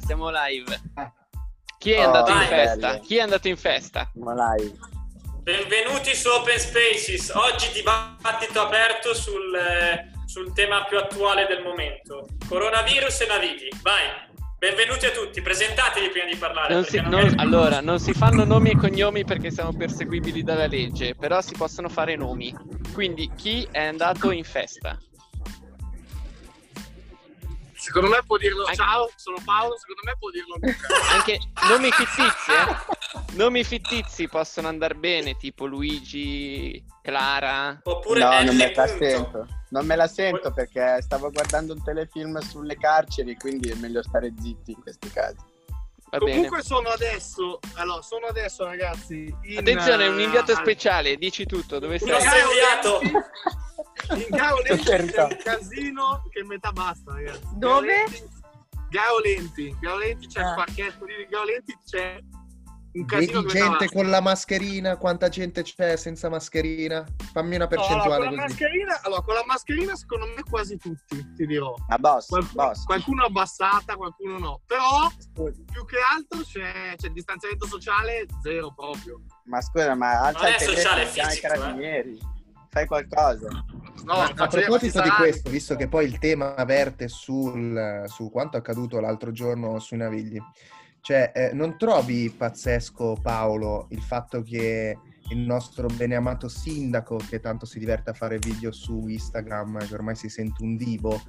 siamo live. Chi è andato in festa? Bello. Chi è andato in festa? Ma live. Benvenuti su Open Spaces. Oggi dibattito aperto sul tema più attuale del momento. Coronavirus e navigli. Vai. Benvenuti a tutti. Presentatevi prima di parlare. Allora, non si fanno nomi e cognomi perché siamo perseguibili dalla legge, però si possono fare nomi. Quindi, chi è andato in festa? Secondo me può dirlo. Ciao, sono Paolo. Secondo me può dirlo Luca. Anche nomi fittizi, Nomi fittizi possono andare bene, tipo Luigi, Clara. Oppure No, non L. me la punto. sento. Non me la sento perché stavo guardando un telefilm sulle carceri, quindi è meglio stare zitti in questi casi. Va Comunque bene. sono adesso ragazzi Attenzione, un inviato speciale, dici tutto, dove Un sei? nostro inviato. In Gaolenti c'è un casino che metà basta, ragazzi. Dove? Gaolenti c'è il parchetto di Gaolenti, c'è un casino Vedi che metà gente basta. con la mascherina, quanta gente c'è senza mascherina? Fammi una No, percentuale con la così. con la mascherina secondo me quasi tutti, ti dirò. Ma boss. Qualcuno abbassata, qualcuno no. Però più che altro c'è distanziamento sociale zero proprio. Ma scusa, ma alza Non il è sociale, telefono, chiama i fisico, carabinieri. Fai qualcosa. No, Ma a faceva- proposito ci di sarà- questo, visto che poi il tema verte su quanto accaduto l'altro giorno sui Navigli, cioè non trovi pazzesco, Paolo, il fatto che il nostro beneamato sindaco, che tanto si diverte a fare video su Instagram, che ormai si sente un divo,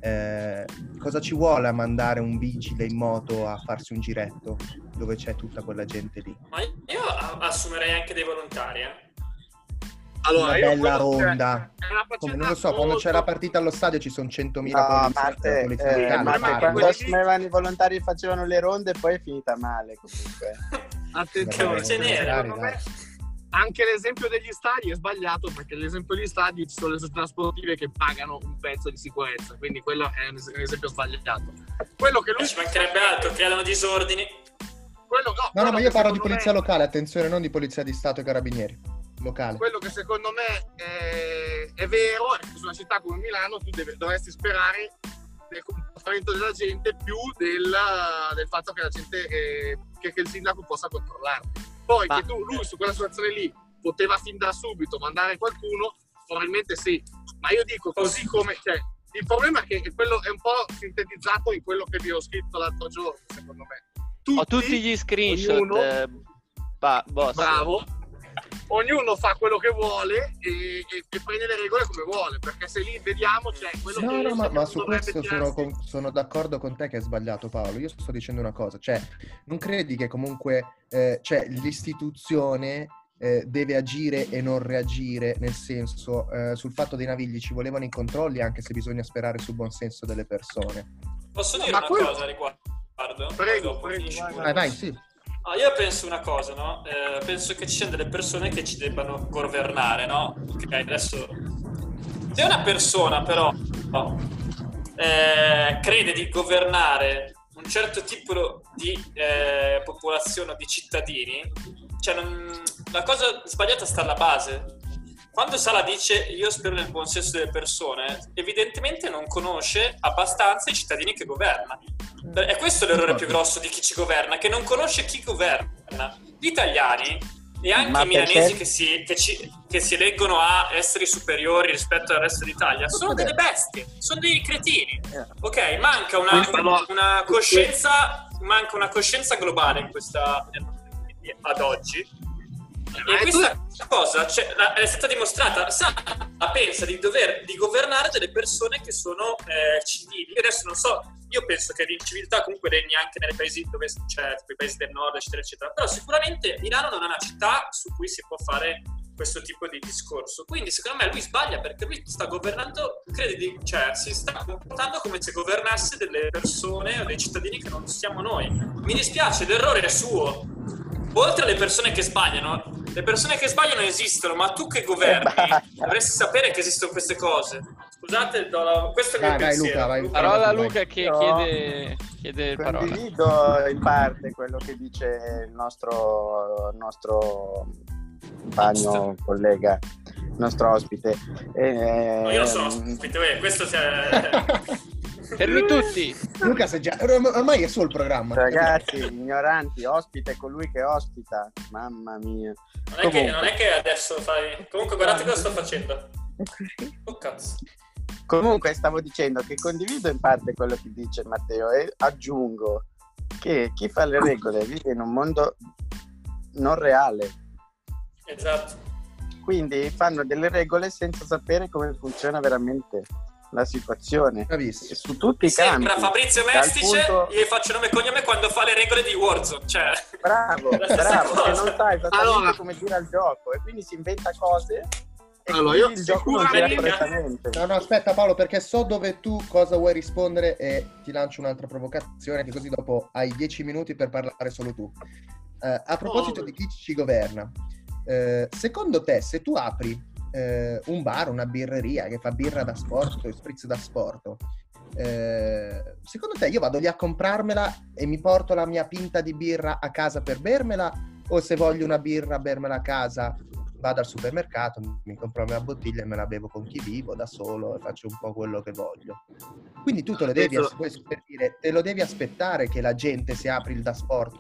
cosa ci vuole a mandare un vigile in moto a farsi un giretto dove c'è tutta quella gente lì? Ma io assumerei anche dei volontari, Allora, Una io bella quello- ronda. è una Come, faccenda non lo so, quando molto- c'è la partita allo stadio ci sono 100.000 No, poliziotti, Marte, polizia locale, ma Marte, parlo. quando quelli- assumevano i volontari e facevano le ronde, poi è finita male comunque. Attenzione, Che nere. secondo me anche l'esempio degli stadi è sbagliato, perché l'esempio degli stadi ci sono le società sportive che pagano un pezzo di sicurezza, quindi quello è un esempio sbagliato. Quello che lui Ci mancherebbe altro, creano disordini. quello, No, quello ma che io parlo di secondo polizia me- locale, attenzione, non di polizia di Stato e carabinieri. Locale. Quello che secondo me è vero è che su una città come Milano tu dovresti sperare del comportamento della gente più del fatto che la gente che il sindaco possa controllarti. Poi Ma- che lui su quella situazione lì poteva fin da subito mandare qualcuno, probabilmente sì, ma io dico così come il problema è che quello è un po' sintetizzato in quello che vi ho scritto l'altro giorno, secondo me. Ho tutti gli screenshot, ognuno- boss. Bravo. Ognuno fa quello che vuole e prende le regole come vuole, perché se lì vediamo c'è quello che No, ma su dovrebbe questo tirarsi- sono d'accordo con te che è sbagliato, Paolo. Io sto dicendo una cosa, cioè non credi che comunque l'istituzione deve agire e non reagire, nel senso sul fatto dei Navigli ci volevano i controlli, anche se bisogna sperare sul buon senso delle persone. Posso dire ma una quello- cosa a riguardo? Prego, Dopo finisci vai, pure. Vai, sì. Io penso una cosa, no? Penso che ci siano delle persone che ci debbano governare, no? Ok, adesso se una persona però crede di governare un certo tipo di popolazione o di cittadini, cioè la cosa sbagliata sta alla base. Quando Sala dice io spero nel buon senso delle persone, evidentemente non conosce abbastanza i cittadini che governa. È questo l'errore più grosso di chi ci governa, che non conosce chi governa. Gli italiani e anche Ma i milanesi perché? che si eleggono a esseri superiori rispetto al resto d'Italia sono delle bestie, sono dei cretini. Ok, manca una coscienza globale in questa ad oggi. E questa cosa è stata dimostrata. Sala pensa di governare delle persone che sono civili. Io adesso non so, io penso che l'inciviltà comunque regni anche nei paesi dove c'è, tipo i paesi del nord, eccetera, eccetera. Però sicuramente Milano non è una città su cui si può fare questo tipo di discorso. Quindi secondo me lui sbaglia perché lui sta governando, si sta comportando come se governasse delle persone o dei cittadini che non siamo noi. Mi dispiace, l'errore è suo. Oltre alle persone che sbagliano, le persone che sbagliano esistono, ma tu che governi dovresti sapere che esistono queste cose. Scusate, questo è il mio Vai, pensiero. Luca, vai. Parola a Luca che No. chiede parola. Condivido in parte quello che dice il nostro compagno, collega, il nostro ospite. No, io non sono ospite, questo Fermi tutti. Luca, ormai è solo il programma. Ragazzi, ignoranti, ospite è colui che ospita. Mamma mia. Non è che adesso fai... Comunque guardate cosa sto facendo. Oh cazzo. Comunque stavo dicendo che condivido in parte quello che dice Matteo e aggiungo che chi fa le regole vive in un mondo non reale. Esatto. Quindi fanno delle regole senza sapere come funziona veramente la situazione. Bravissimo. Su tutti i campi. Sembra Fabrizio Mestice, punto... io faccio nome e cognome quando fa le regole di Warzone, cioè... Bravo, che non sa esattamente come gira il gioco e quindi si inventa cose e io il gioco non gira correttamente. No, aspetta Paolo, perché so dove tu cosa vuoi rispondere e ti lancio un'altra provocazione che così dopo hai 10 minuti per parlare solo tu. A proposito di chi ci governa, secondo te se tu apri un bar, una birreria che fa birra da sport, spritz da sport, secondo te io vado lì a comprarmela e mi porto la mia pinta di birra a casa per bermela, o se voglio una birra bermela a casa vado al supermercato, mi compro la mia bottiglia e me la bevo con chi vivo, da solo, e faccio un po' quello che voglio? Quindi tu te lo devi, per dire, te lo devi aspettare che la gente, se apri il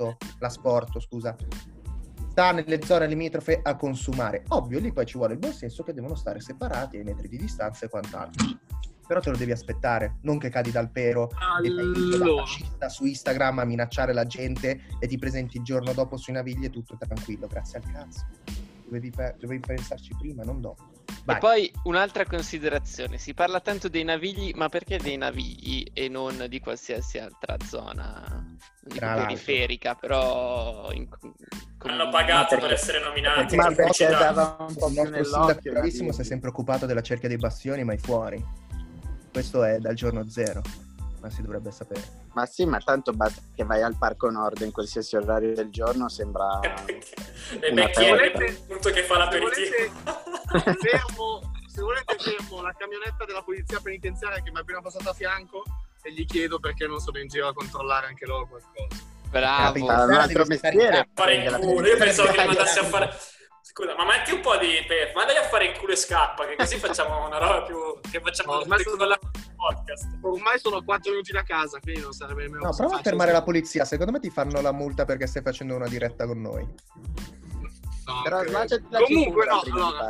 sta nelle zone limitrofe a consumare. Ovvio, lì poi ci vuole il buon senso che devono stare separati ai metri di distanza e quant'altro. Però te lo devi aspettare, non che cadi dal pero e fai la fascista su Instagram a minacciare la gente e ti presenti il giorno dopo sui Navigli tutto tranquillo, grazie al cazzo. Dovevi pensarci prima, non dopo. Vai. E poi un'altra considerazione, si parla tanto dei Navigli, ma perché dei Navigli e non di qualsiasi altra zona, non dico periferica, però hanno pagato per essere nominati. Ma perché dava un po' più il nostro sindaco nell'occhio. bravissimo si è sempre occupato della cerchia dei bastioni, mai fuori. Questo è dal giorno zero, ma si dovrebbe sapere. Ma sì, ma tanto basta che vai al Parco Nord in qualsiasi orario del giorno, sembra e chi è il punto che fa l'aperitivo? Se volete fermo la camionetta della polizia penitenziaria che mi è appena passato a fianco e gli chiedo perché non sono in giro a controllare anche loro qualcosa. Bravo. un altro mestiere. Fare in culo, io pensavo che mandassi a fare... Scusa, ma metti un po' di pep, mandagli a fare in culo e scappa, che così facciamo una roba più... che facciamo il podcast. Ormai sono 4 minuti da casa, quindi non sarebbe nemmeno... No, prova a fermare la polizia, secondo me ti fanno la multa perché stai facendo una diretta con noi. No, Però comunque no, allora,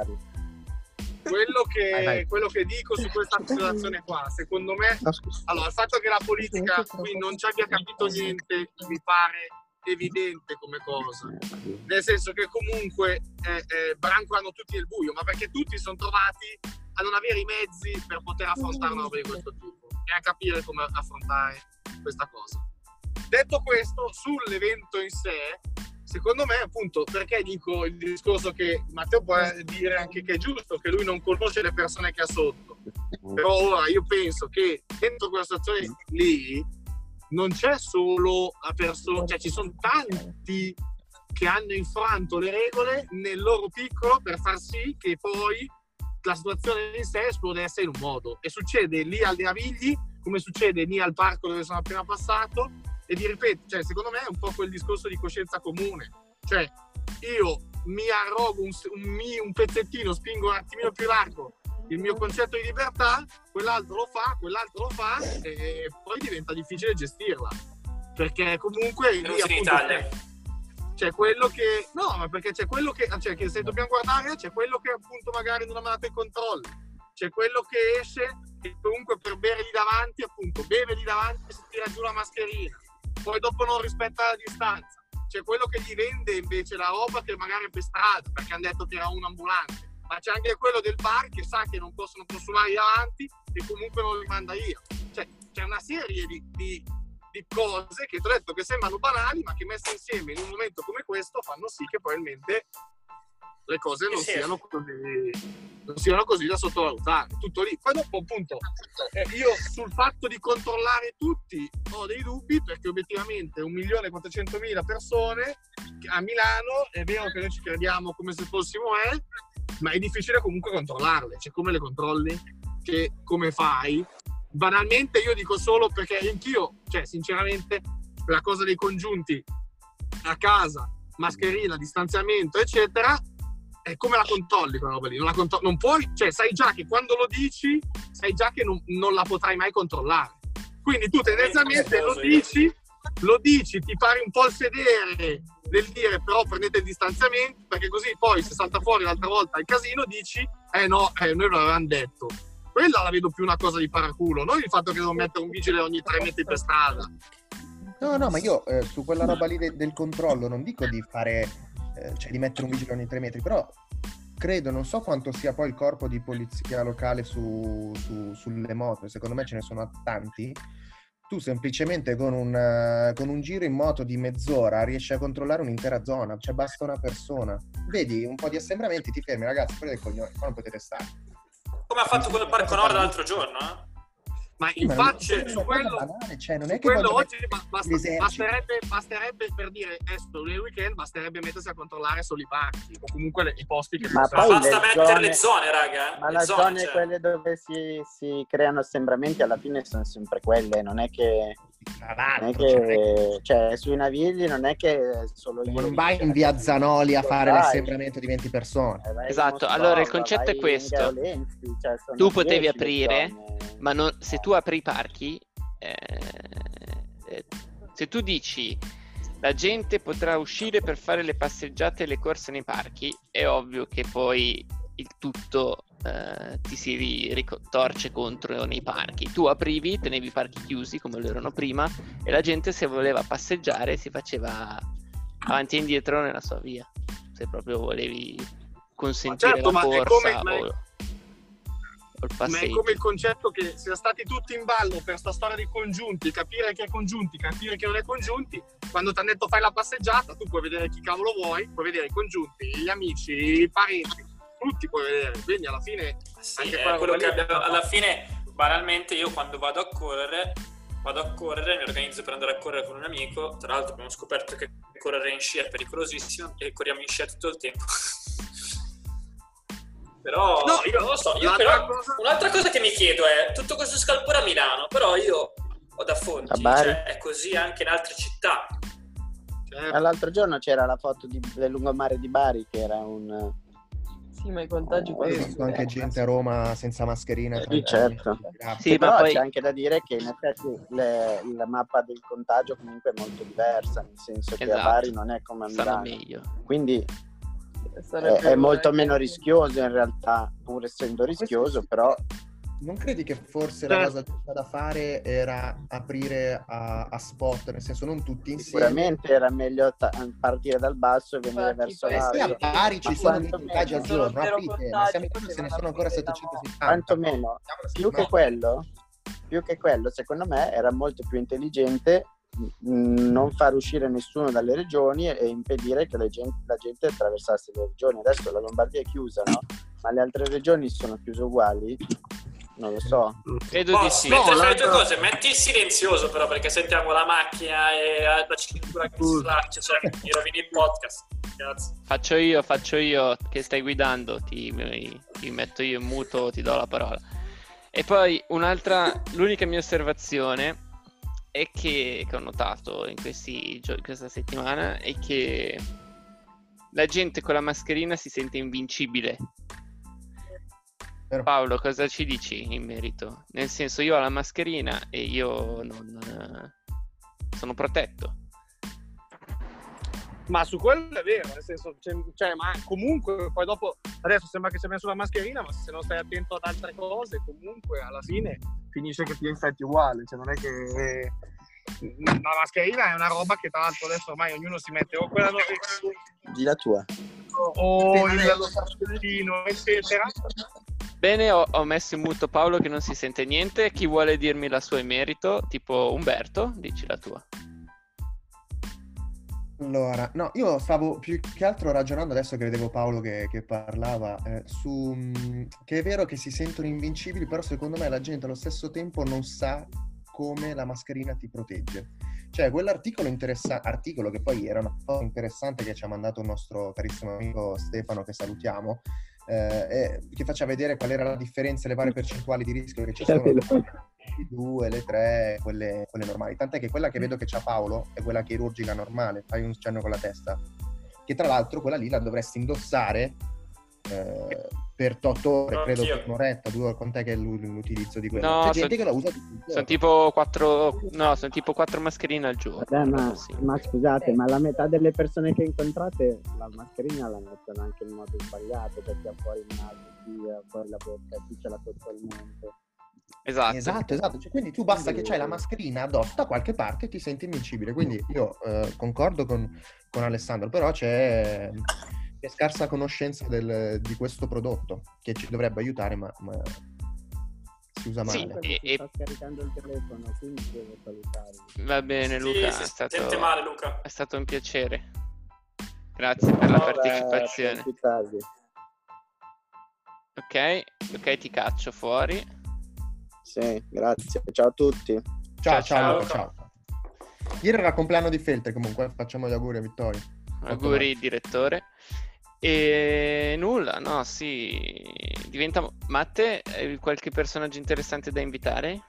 quello che dico su questa situazione qua, secondo me, allora, il fatto che la politica qui non ci abbia capito niente mi pare evidente come cosa, nel senso che comunque brancolano tutti nel buio, ma perché tutti sono trovati a non avere i mezzi per poter affrontare una roba di questo tipo e a capire come affrontare questa cosa. Detto questo, sull'evento in sé, secondo me, appunto, perché dico il discorso che Matteo può dire anche che è giusto, che lui non conosce le persone che ha sotto, però ora io penso che dentro quella situazione lì non c'è solo la persona, cioè ci sono tanti che hanno infranto le regole nel loro piccolo per far sì che poi la situazione in sé esplodesse in un modo, e succede lì al Navigli come succede lì al parco dove sono appena passato. E ti ripeto, cioè, secondo me è un po' quel discorso di coscienza comune, cioè io mi arrogo un pezzettino, spingo un attimino più largo il mio concetto di libertà, quell'altro lo fa e poi diventa difficile gestirla, perché comunque lì appunto in Italia c'è quello che no, ma perché c'è quello che se dobbiamo guardare, c'è quello che appunto magari non ha mandato i controlli, c'è quello che esce e comunque per bere lì davanti appunto beve lì davanti e si tira giù la mascherina, poi dopo non rispetta la distanza, c'è quello che gli vende invece la roba che magari è per strada perché hanno detto che era un ambulante, ma c'è anche quello del bar che sa che non possono consumare davanti e comunque non li manda via. Cioè c'è una serie di cose che ti ho detto che sembrano banali ma che messe insieme in un momento come questo fanno sì che probabilmente le cose non siano così da sottovalutare, tutto lì. Poi dopo appunto io sul fatto di controllare tutti ho dei dubbi, perché obiettivamente 1.400.000 persone a Milano, è vero che noi ci crediamo come se fossimo ma è difficile comunque controllarle, cioè come le controlli? Che come fai? Banalmente io dico solo perché anch'io, cioè sinceramente la cosa dei congiunti a casa, mascherina, distanziamento eccetera, come la controlli quella roba lì? Non puoi, cioè sai già che quando lo dici sai già che non la potrai mai controllare, Quindi tu tendenzialmente lo dici, ti pari un po' il sedere del dire però prendete il distanziamento, perché così poi se salta fuori l'altra volta il casino dici noi lo avevamo detto. Quella la vedo più una cosa di paraculo, non il fatto che devo mettere un vigile ogni 3 metri per strada. No, ma io su quella roba lì del controllo non dico di fare, cioè di mettere un vigile ogni 3 metri, però credo, non so quanto sia poi il corpo di polizia locale sulle moto, secondo me ce ne sono tanti. Tu semplicemente con un giro in moto di mezz'ora riesci a controllare un'intera zona, cioè basta una persona. Vedi un po' di assembramenti, ti fermi, ragazzi, prendete il coglione, qua non potete stare. Come ha fatto quel Parco Nord l'altro giorno, Ma infatti su quello, banale, cioè, non è che quello oggi basterebbe per dire nel weekend basterebbe mettersi a controllare solo i parchi o comunque i posti che basta mettere le zone, raga. Ma le zone quelle dove si creano assembramenti alla fine sono sempre quelle, non è che cioè sui Navigli non è che solo non vai in via Zanoli a fare l'assembramento di 20ti persone. Esatto, allora il concetto è questo: tu potevi aprire, ma se tu apri i parchi, se tu dici la gente potrà uscire per fare le passeggiate e le corse nei parchi, è ovvio che poi il tutto ti si ritorce contro nei parchi. Tu aprivi, tenevi i parchi chiusi come lo erano prima, e la gente, se voleva passeggiare, si faceva avanti e indietro nella sua via, se proprio volevi consentire la corsa o il passeggio. Ma è come il concetto che sia stati tutti in ballo per sta storia di congiunti, capire che è congiunti, capire che non è congiunti. Quando ti hanno detto fai la passeggiata, tu puoi vedere chi cavolo vuoi, puoi vedere i congiunti, gli amici, i parenti, tutti puoi vedere. Quindi alla fine anche quello che alla fine, banalmente, io quando vado a correre, mi organizzo per andare a correre con un amico. Tra l'altro abbiamo scoperto che correre in sci è pericolosissimo e corriamo in sci tutto il tempo. Però io non lo so, un'altra cosa che mi chiedo è tutto questo scalpore a Milano, però io ho da fonti, cioè è così anche in altre città. L'altro giorno c'era la foto del lungomare di Bari che era un... Sì, ma i contagi ho visto anche gente a Roma senza mascherina. Certo. Sì, però poi c'è anche da dire che in effetti la mappa del contagio comunque è molto diversa, nel senso che a Bari non è come a Milano. Meglio. Quindi è molto meno rischioso in realtà, pur essendo rischioso, però... Non credi che forse la cosa giusta da fare era aprire a spot, nel senso non tutti insieme? Sicuramente era meglio partire dal basso e venire verso l'alto. A Bari ci sono 10 contagi al giorno, aprite, ma siamo in quando se ne sono ancora 770. Quantomeno, più che quello, secondo me era molto più intelligente non far uscire nessuno dalle regioni e impedire che la gente attraversasse le regioni. Adesso la Lombardia è chiusa, no? Ma le altre regioni sono chiuse uguali? Non lo so. Credo di sì. Mentre fai le tue cose, metti il silenzioso però, perché sentiamo la macchina e la cintura che si slaccia, cioè mi rovini il podcast. Grazie. Faccio io che stai guidando, ti metto io in muto, ti do la parola. E poi l'unica mia osservazione è che ho notato in questa settimana è che la gente con la mascherina si sente invincibile. Paolo, cosa ci dici in merito? Nel senso, io ho la mascherina e io non sono protetto. Ma su quello è vero, nel senso, cioè, ma comunque poi dopo, adesso sembra che ci hai messo la mascherina, ma se non stai attento ad altre cose, comunque alla fine finisce che ti infetti uguale, cioè non è che... La mascherina è una roba che tra l'altro adesso ormai ognuno si mette o quella di la tua o il sassolino, eccetera. Bene, ho messo in muto Paolo che non si sente niente. Chi vuole dirmi la sua in merito? Tipo Umberto, dici la tua. Allora, no, io stavo più che altro ragionando, adesso che vedevo Paolo che parlava, che è vero che si sentono invincibili, però secondo me la gente allo stesso tempo non sa come la mascherina ti protegge. Cioè, quell'articolo che poi era una cosa interessante che ci ha mandato il nostro carissimo amico Stefano, che salutiamo, che faceva vedere qual era la differenza, le varie percentuali di rischio che ci sono, le 2, le 3, quelle normali. Tant'è che quella che vedo che c'ha Paolo è quella chirurgica normale, fai un cenno con la testa, che tra l'altro quella lì la dovresti indossare per 8 ore, credo Anch'io. per un'oretta, 2 ore, quant'è che è l'utilizzo di quello? No, C'è gente che la usa tutti i Sono giorni. tipo 4 mascherine al giorno. Vabbè, una roba simile. ma scusate, ma la metà delle persone che incontrate la mascherina la mettono anche in modo sbagliato, perché ha fuori il naso, chi ha fuori la bocca, chi ce l'ha sotto il mento. Esatto. Esatto. Cioè, quindi tu basta che c'hai la mascherina addosso da qualche parte e ti senti invincibile. Quindi io concordo con Alessandro, però c'è scarsa conoscenza di questo prodotto che ci dovrebbe aiutare, ma si usa Sì, male. Sta scaricando il telefono, quindi devo salutarvi. Va bene, Luca, Sì, si sente male, Luca. è stato un piacere. Grazie per la Vabbè, partecipazione. più tardi. Ok, ti caccio fuori. Sì, grazie. Ciao a tutti. Ciao. Luca. Ciao. Ieri era il compleanno di Feltre, comunque facciamo gli auguri a Vittorio. Auguri, direttore. E nulla, no, sì. Matte, hai qualche personaggio interessante da invitare?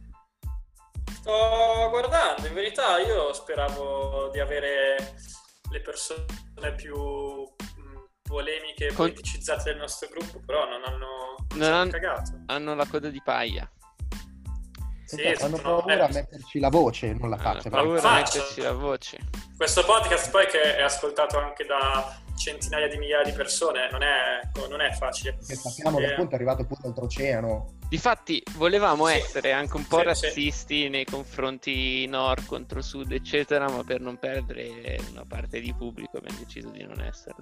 Sto guardando, in verità io speravo di avere le persone più polemiche e politicizzate del nostro gruppo, però non ci hanno cagato. Hanno la coda di paia. Sì, Hanno paura a metterci la voce, non la faccia. Hanno paura a faccia. metterci la voce. Questo podcast poi che è ascoltato anche da centinaia di migliaia di persone, non è facile. Che sappiamo che appunto è arrivato pure oltreoceano. Difatti volevamo essere anche un po' Sì. razzisti nei confronti nord contro sud, eccetera, ma per non perdere una parte di pubblico abbiamo deciso di non esserlo.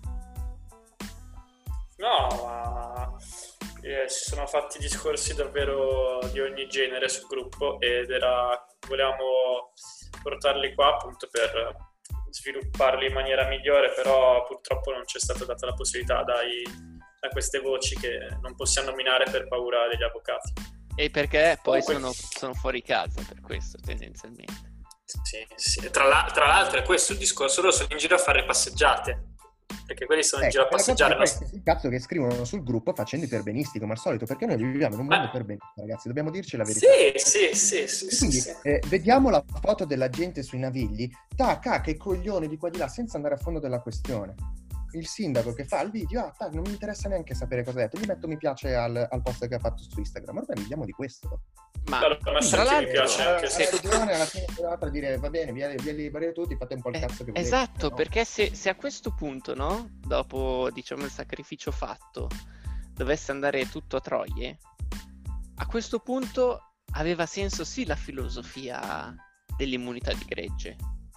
No, ma si sono fatti discorsi davvero di ogni genere sul gruppo ed volevamo portarli qua appunto per svilupparli in maniera migliore, però purtroppo non ci è stata data la possibilità da queste voci che non possiamo nominare per paura degli avvocati. E perché poi Comunque- sono fuori casa per questo tendenzialmente. Sì. Tra l'altro è questo il discorso, loro sono in giro a fare passeggiate, perché quelli sono in giro a passeggiare. Il cazzo che scrivono sul gruppo facendo i perbenisti come al solito, perché noi viviamo in un mondo perbenista, ragazzi, dobbiamo dirci la verità. Sì. Quindi vediamo la foto della gente sui Navigli, che coglione di qua di là, senza andare a fondo della questione. Il sindaco che fa il video, non mi interessa neanche sapere cosa ha detto, gli metto mi piace al post che ha fatto su Instagram. Ormai viviamo di questo. Ma Allora, tra l'altro mi piace anche se... alla fine a dire va bene, via liberi tutti, fate un po' il cazzo che volete. esatto, no? perché se a questo punto, no, dopo diciamo il sacrificio fatto, dovesse andare tutto a troie, a questo punto aveva senso sì la filosofia dell'immunità di gregge.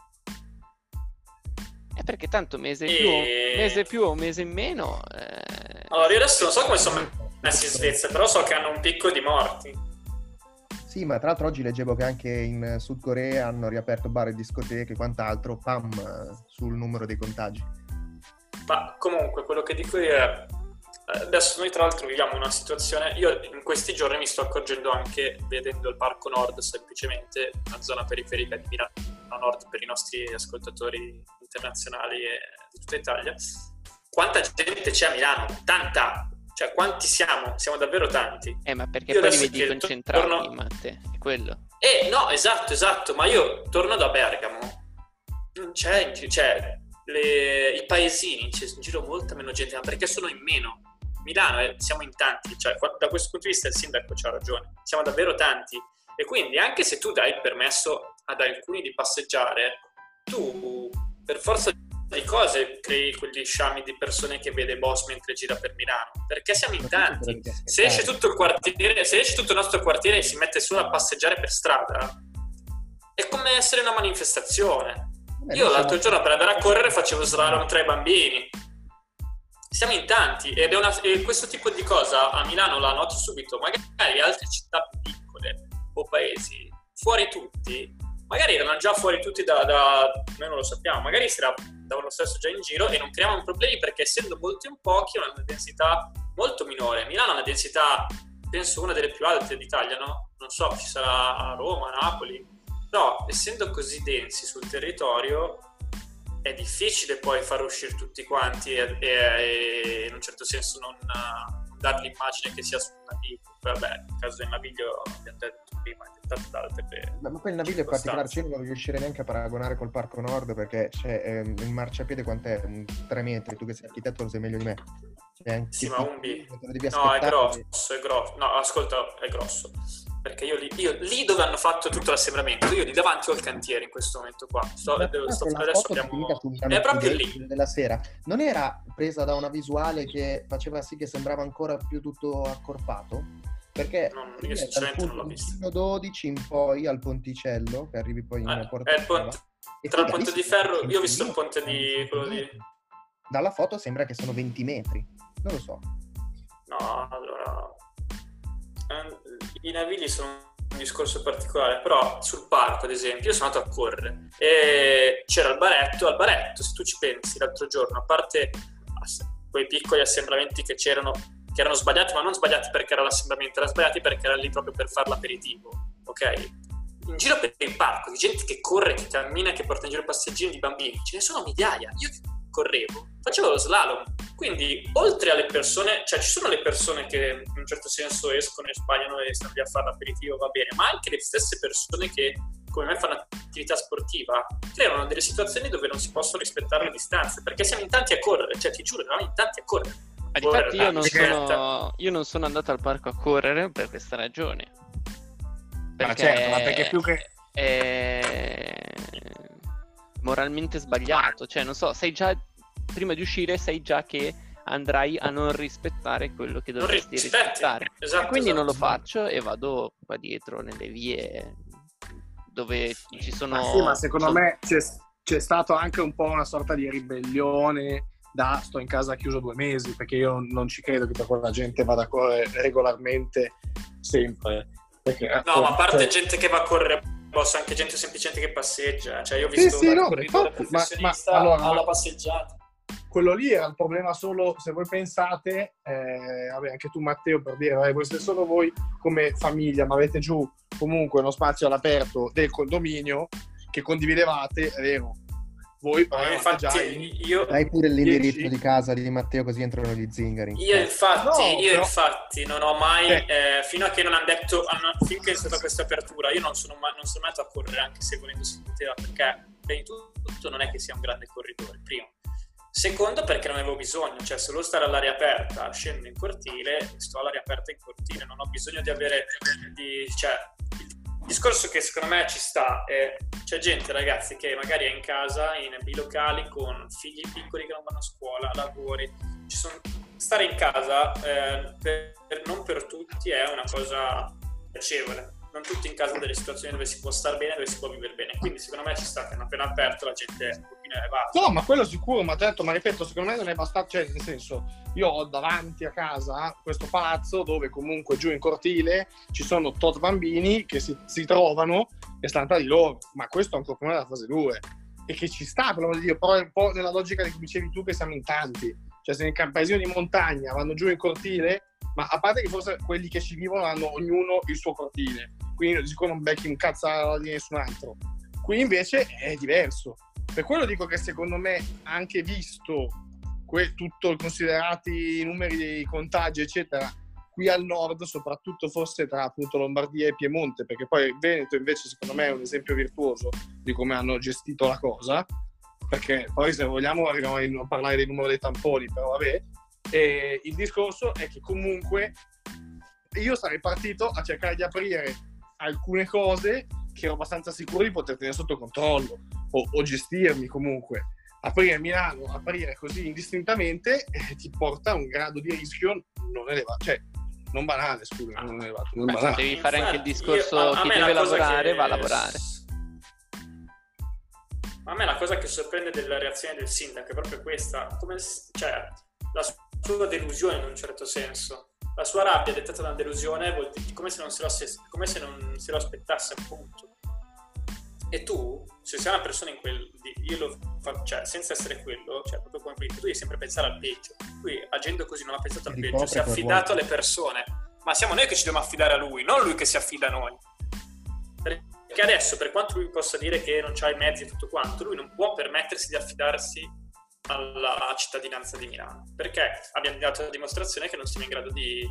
È perché tanto mese più o mese in meno. Allora, io adesso non so come sono messi in Svezia, però so che hanno un picco di morti. Sì, ma tra l'altro oggi leggevo che anche in Sud Corea hanno riaperto bar e discoteche e quant'altro, sul numero dei contagi. Ma comunque, quello che dico io è... Adesso noi tra l'altro viviamo una situazione... Io in questi giorni mi sto accorgendo anche, vedendo il Parco Nord, semplicemente una zona periferica di Milano Nord per i nostri ascoltatori internazionali e di tutta Italia, quanta gente c'è a Milano? Tanta! Cioè, quanti siamo? Siamo davvero tanti. Ma perché Io poi li adesso vedi concentrati, Matte, è quello. No, esatto, ma io torno da Bergamo, non c'è, i paesini, c'è in giro molta meno gente, ma perché sono in meno. Milano, siamo in tanti, cioè da questo punto di vista il sindaco c'ha ragione, siamo davvero tanti, e quindi anche se tu dai il permesso ad alcuni di passeggiare, tu per forza di cose crei quegli sciami di persone che vede Boss mentre gira per Milano, perché siamo in tanti. Se esce tutto il nostro quartiere e si mette solo a passeggiare per strada, è come essere una manifestazione. Io l'altro giorno per andare a correre facevo slalom tra i bambini. Siamo in tanti e questo tipo di cosa a Milano la noto subito, magari altre città più piccole o paesi fuori tutti, magari erano già fuori tutti da noi non lo sappiamo, magari si davano lo stesso già in giro e non creiamo problemi, perché essendo molto in pochi hanno una densità molto minore. Milano ha una densità penso una delle più alte d'Italia, no? Non so, ci sarà a Roma, a Napoli, però essendo così densi sul territorio è difficile poi far uscire tutti quanti e in un certo senso non dar l'immagine che sia su un naviglio. Vabbè, nel caso del naviglio abbiamo detto prima, è tentato da altre. Ma poi il naviglio è particolare, io non riuscirei neanche a paragonare col Parco Nord, perché c'è il marciapiede quant'è? 3 metri, tu che sei architetto lo sai meglio di me. Cioè, anche Sì, ma un B. te lo devi No, è aspettare. grosso. No, ascolta, è grosso. Perché io lì dove hanno fatto tutto l'assembramento, io lì davanti ho il cantiere in questo momento qua. La Adesso foto abbiamo... pubblicata su Milano È proprio Today lì. della sera non era presa da una visuale che faceva sì che sembrava ancora più tutto accorpato? Perché Io dal sinceramente non l'ho punto visto. 12 in poi al ponticello, che arrivi poi in Porta È il ponte, tra il ponte di ferro, io ho visto il ponte di quello di... Dalla foto sembra che sono 20 metri, non lo so. No, allora... I Navigli sono un discorso particolare, però sul parco, ad esempio, io sono andato a correre e c'era il baretto. Al baretto, se tu ci pensi, l'altro giorno, a parte quei piccoli assembramenti che c'erano, che erano sbagliati, ma non sbagliati perché era l'assembramento, erano sbagliati perché era lì proprio per fare l'aperitivo, ok? In giro per il parco, di gente che corre, che cammina, che porta in giro passeggini di bambini, ce ne sono migliaia. Io correvo, facevo lo slalom, quindi oltre alle persone, cioè ci sono le persone che in un certo senso escono e sbagliano e stanno lì a fare l'aperitivo, va bene, ma anche le stesse persone che come me fanno attività sportiva creano delle situazioni dove non si possono rispettare le distanze, perché siamo in tanti a correre, cioè ti giuro, eravamo in tanti a correre. Infatti io non sono andato al parco a correre per questa ragione. Perché certo, ma perché più che... è moralmente sbagliato, cioè non so, sai già, prima di uscire sai già che andrai a non rispettare quello che dovresti rispettare. Esatto, quindi non lo faccio e vado qua dietro nelle vie dove ci sono... Ma sì, ma secondo me c'è stato anche un po' una sorta di ribellione da sto in casa chiuso 2 mesi, perché io non ci credo che quella gente vada a correre regolarmente sempre. Perché, no, ma a parte gente che va a correre, posso anche gente semplicemente che passeggia, cioè io ho visto un corridore professionista alla passeggiata. Quello lì era il problema solo, se voi pensate, vabbè, anche tu Matteo, per dire, voi siete solo voi come famiglia, ma avete giù comunque uno spazio all'aperto del condominio che condividevate, è vero. Voi infatti dai pure l'indirizzo di casa di Matteo, così entrano gli zingari. Io infatti non ho mai fino a che non hanno detto finché è stata questa apertura io non sono mai andato a correre, anche se volendo si poteva, perché prima di tutto non è che sia un grande corridore, primo. Secondo, perché non avevo bisogno, cioè solo stare all'aria aperta, scendo in cortile, sto all'aria aperta in cortile, non ho bisogno di avere cioè il discorso che secondo me ci sta è c'è gente, ragazzi, che magari è in casa in bilocali con figli piccoli che non vanno a scuola, lavori, stare in casa non per tutti è una cosa piacevole, non tutti in casa delle situazioni dove si può star bene, dove si può vivere bene, quindi secondo me ci sta che appena aperto la gente no, ma quello sicuro, ma detto, ma ripeto, secondo me non è bastato, cioè nel senso, io ho davanti a casa questo palazzo dove comunque giù in cortile ci sono tot bambini che si trovano e stanno tra di loro, ma questo è ancora come la fase 2 e che ci sta, però è un po' nella logica che dicevi tu che siamo in tanti, cioè se nel paesino di montagna vanno giù in cortile, ma a parte che forse quelli che ci vivono hanno ognuno il suo cortile, quindi di sicuro non becchi un cazzo di nessun altro, qui invece è diverso. Per quello dico che secondo me, anche visto tutto considerati i numeri dei contagi eccetera, qui al nord, soprattutto forse tra appunto Lombardia e Piemonte, perché poi il Veneto invece secondo me è un esempio virtuoso di come hanno gestito la cosa, perché poi se vogliamo arriviamo a parlare del numero dei tamponi, però vabbè, e il discorso è che comunque io sarei partito a cercare di aprire alcune cose che ero abbastanza sicuro di poter tenere sotto controllo o gestirmi comunque. Aprire Milano, aprire così indistintamente ti porta a un grado di rischio non elevato, cioè non banale, scusa, non elevato, non banale. Devi fare anche il discorso chi deve lavorare va a lavorare. A me la cosa che sorprende della reazione del sindaco è proprio questa, cioè la sua delusione in un certo senso. La sua rabbia dettata da una delusione vuol dire come se non se lo aspettasse, appunto. E tu, se sei una persona cioè senza essere quello, cioè proprio come tu devi sempre pensare al peggio. Lui agendo così non ha pensato al peggio, si è affidato alle persone, ma siamo noi che ci dobbiamo affidare a lui, non lui che si affida a noi. Perché adesso, per quanto lui possa dire che non c'ha i mezzi e tutto quanto, lui non può permettersi di affidarsi alla cittadinanza di Milano, perché abbiamo dato la dimostrazione che non siamo in grado di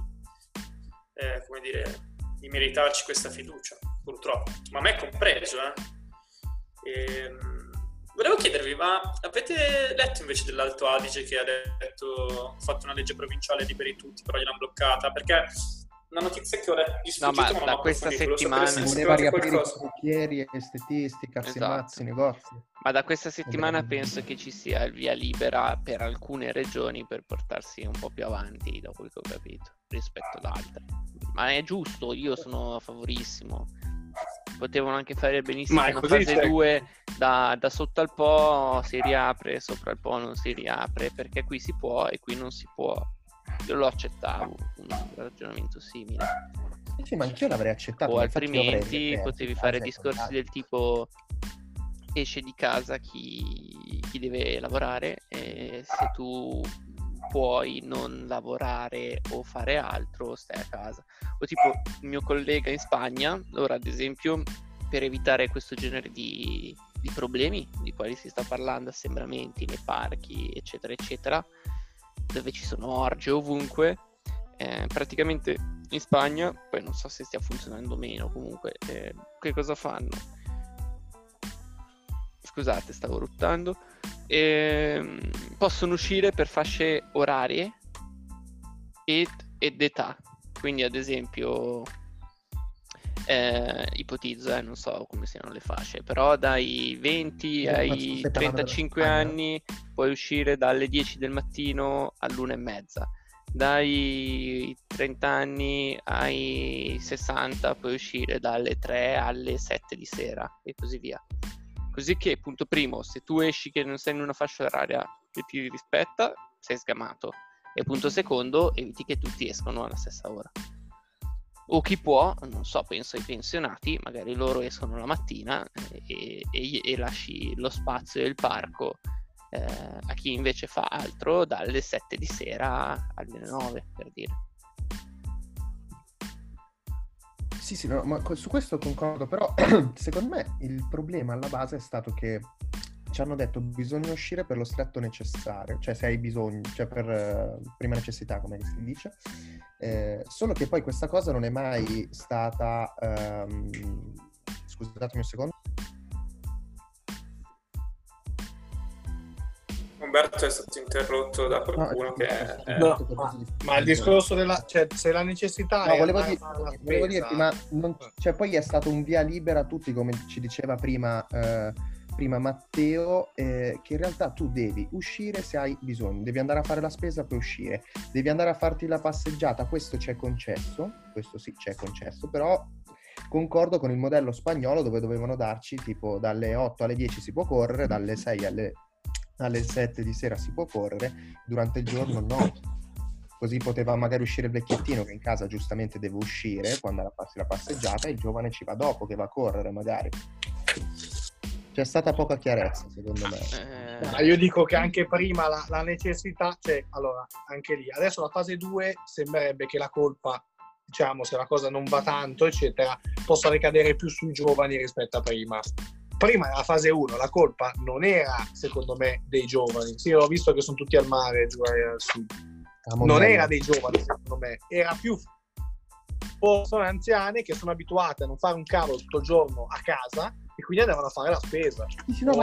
meritarci questa fiducia, purtroppo, ma me compreso, Volevo chiedervi, ma avete letto invece dell'Alto Adige che ha fatto una legge provinciale liberi tutti, però gliel'hanno bloccata? Perché una notizia che ho letto di No, ma sfuggito, da questa settimana voleva riaprire i qualcosa. parrucchieri, estetisti, calzemazzi, negozi. Ma da questa settimana penso che ci sia il via libera per alcune regioni per portarsi un po' più avanti, da quel che ho capito, rispetto ad altre. Ma è giusto, io sono favorissimo. Potevano anche fare benissimo Ma è una così, fase cioè- 2 da sotto al Po si riapre, sopra il Po non si riapre, perché qui si può e qui non si può. Io lo accettavo, un ragionamento simile. Sì, ma anch'io l'avrei accettato. O infatti io avrei altrimenti detto, potevi casa fare è discorsi contrario. del tipo esce di casa chi deve lavorare, e se tu puoi non lavorare o fare altro stai a casa. O tipo il mio collega in Spagna, ora ad esempio, per evitare questo genere di problemi di quali si sta parlando, assembramenti nei parchi eccetera eccetera, dove ci sono orge ovunque, praticamente in Spagna, poi non so se stia funzionando o meno, comunque che cosa fanno? Scusate, stavo ruttando. Possono uscire per fasce orarie ed età. Quindi ad esempio ipotizzo, non so come siano le fasce, però dai 20 ai 35 anni puoi uscire dalle 10 del mattino all'1:30. Dai 30 anni ai 60 puoi uscire dalle 3 alle 7 di sera e così via. Così che, punto primo, se tu esci che non sei in una fascia oraria che ti rispetta, sei sgamato. E punto secondo, eviti che tutti escono alla stessa ora. O chi può, non so, penso ai pensionati, magari loro escono la mattina e lasci lo spazio del parco a chi invece fa altro dalle 7 di sera alle 9, per dire. Sì, no, ma su questo concordo, però secondo me il problema alla base è stato che ci hanno detto bisogna uscire per lo stretto necessario, cioè se hai bisogno, cioè per prima necessità, come si dice, solo che poi questa cosa non è mai stata, scusatemi un secondo. Umberto è stato interrotto da qualcuno ma il discorso della, cioè, se la necessità no, è volevo spesa, dirti, ma cioè, poi è stato un via libera a tutti, come ci diceva prima Matteo, che in realtà tu devi uscire se hai bisogno, devi andare a fare la spesa, puoi uscire, devi andare a farti la passeggiata, questo c'è concesso, questo sì c'è concesso, però concordo con il modello spagnolo dove dovevano darci tipo dalle 8 alle 10 si può correre, dalle 6 alle 7 di sera si può correre, durante il giorno no. Così poteva magari uscire il vecchiettino che in casa giustamente deve uscire quando la passi la passeggiata e il giovane ci va dopo che va a correre magari. C'è stata poca chiarezza secondo me. Ma io dico che anche prima la necessità, cioè allora anche lì adesso la fase 2 sembrerebbe che la colpa, diciamo, se la cosa non va tanto eccetera, possa ricadere più sui giovani rispetto a prima. Prima nella fase 1 la colpa non era secondo me dei giovani, sì, ho visto che sono tutti al mare giù al sud, non era dei giovani secondo me, era più persone anziane che sono abituate a non fare un cavolo tutto il giorno a casa e quindi andavano a fare la spesa. Sì, no,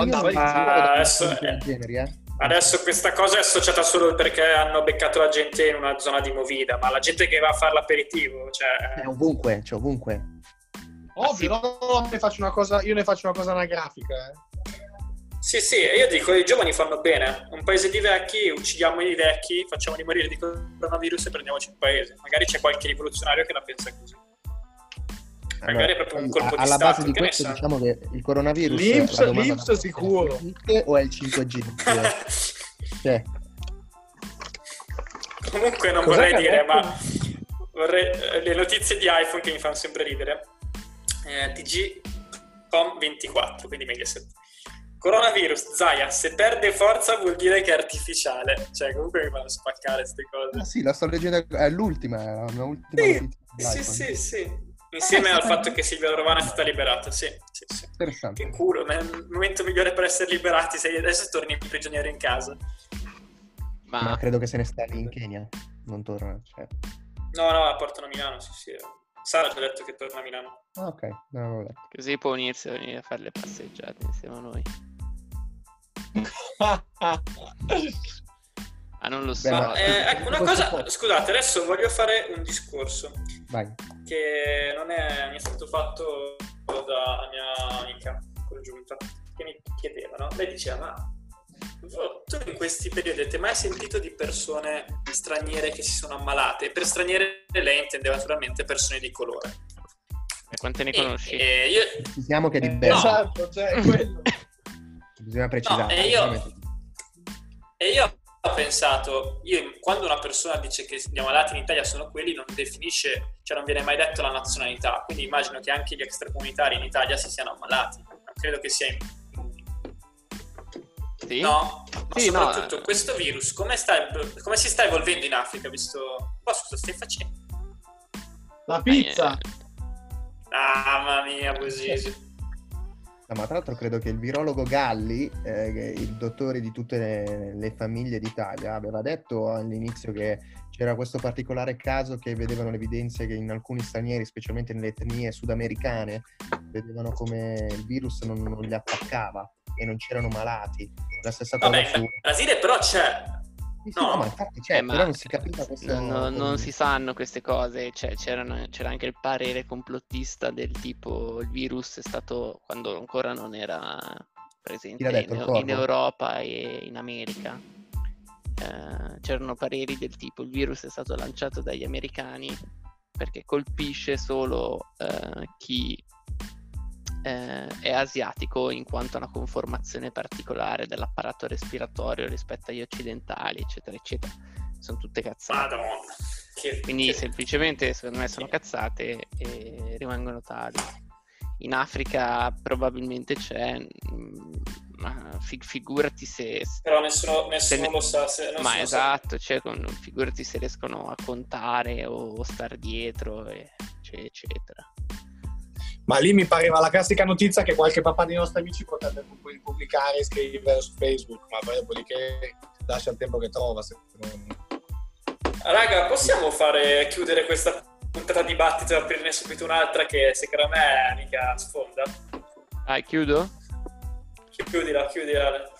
adesso questa cosa è associata solo perché hanno beccato la gente in una zona di movida, ma la gente che va a fare l'aperitivo, cioè è ovunque, c'è ovunque. Ovvio, no, ne faccio una cosa anagrafica. Sì, io dico i giovani fanno bene, un paese di vecchi, uccidiamo i vecchi, facciamoli morire di coronavirus e prendiamoci il paese. Magari c'è qualche rivoluzionario che la pensa così. Magari è proprio un colpo di alla stato. Base di questo diciamo che il coronavirus l'Inps sicuro o è il 5G? Cioè. Comunque non vorrei dire, ma le notizie di iPhone che mi fanno sempre ridere. TG.com24, quindi Mediaset. Coronavirus, Zaia, se perde forza vuol dire che è artificiale. Cioè, comunque mi fanno spaccare queste cose. Ah sì, la sto leggendo, è l'ultima notizia. Sì. Insieme al fatto che Silvia Rovana è stata liberata, sì. Interessante. Che culo, ma è il momento migliore per essere liberati, se adesso torni prigioniero in casa. Ma credo che se ne sta lì in Kenya, non torna, cioè. No, la portano a Milano, sì. Sara ci ha detto che torna a Milano. Ah, ok, non avevo detto. Così può unirsi a venire a fare le passeggiate insieme a noi. Non lo so. Ecco, una cosa, scusate, adesso voglio fare un discorso. Vai. Che non è, mi è stato fatto da mia amica congiunta, che mi chiedeva, no? Lei diceva, ma tu in questi periodi avete mai sentito di persone straniere che si sono ammalate? Per straniere lei intendeva naturalmente persone di colore. E quante ne conosci? Diciamo che è diverso. Esatto, cioè è quello. Bisogna precisare. E io ho pensato, quando una persona dice che gli ammalati in Italia sono quelli, non definisce, cioè non viene mai detto la nazionalità, quindi immagino che anche gli extracomunitari in Italia si siano ammalati. Non credo che sia Sì? No, ma sì, soprattutto no. questo virus come si sta evolvendo in Africa, visto... Ma scusa, stai facendo? La pizza. Mamma mia, così. No, ma tra l'altro credo che il virologo Galli, il dottore di tutte le famiglie d'Italia, aveva detto all'inizio che c'era questo particolare caso che vedevano le evidenze che in alcuni stranieri, specialmente nelle etnie sudamericane, vedevano come il virus non li attaccava e non c'erano malati. La stessa cosa Vabbè, in Brasile però c'è. Sì, no, ma infatti c'è, però non si capiva questo. Non si sanno queste cose. C'era anche il parere complottista del tipo il virus è stato quando ancora non era presente in Europa e in America. C'erano pareri del tipo il virus è stato lanciato dagli americani perché colpisce solo chi è asiatico in quanto a una conformazione particolare dell'apparato respiratorio rispetto agli occidentali, eccetera eccetera. Sono tutte cazzate. Madonna. Quindi semplicemente secondo me sono cazzate e rimangono tali. In Africa probabilmente c'è, ma figurati se... Però nessuno lo sa. Ma esatto, cioè, figurati se riescono a contare o star dietro, eccetera. Ma lì mi pareva la classica notizia che qualche papà dei nostri amici potrebbe pubblicare e scrivere su Facebook, ma poi dopodiché lascia il tempo che trova. Raga, possiamo chiudere questa puntata di dibattito e aprirne subito un'altra che secondo me è mica sfonda? Chiudo? Chiudila.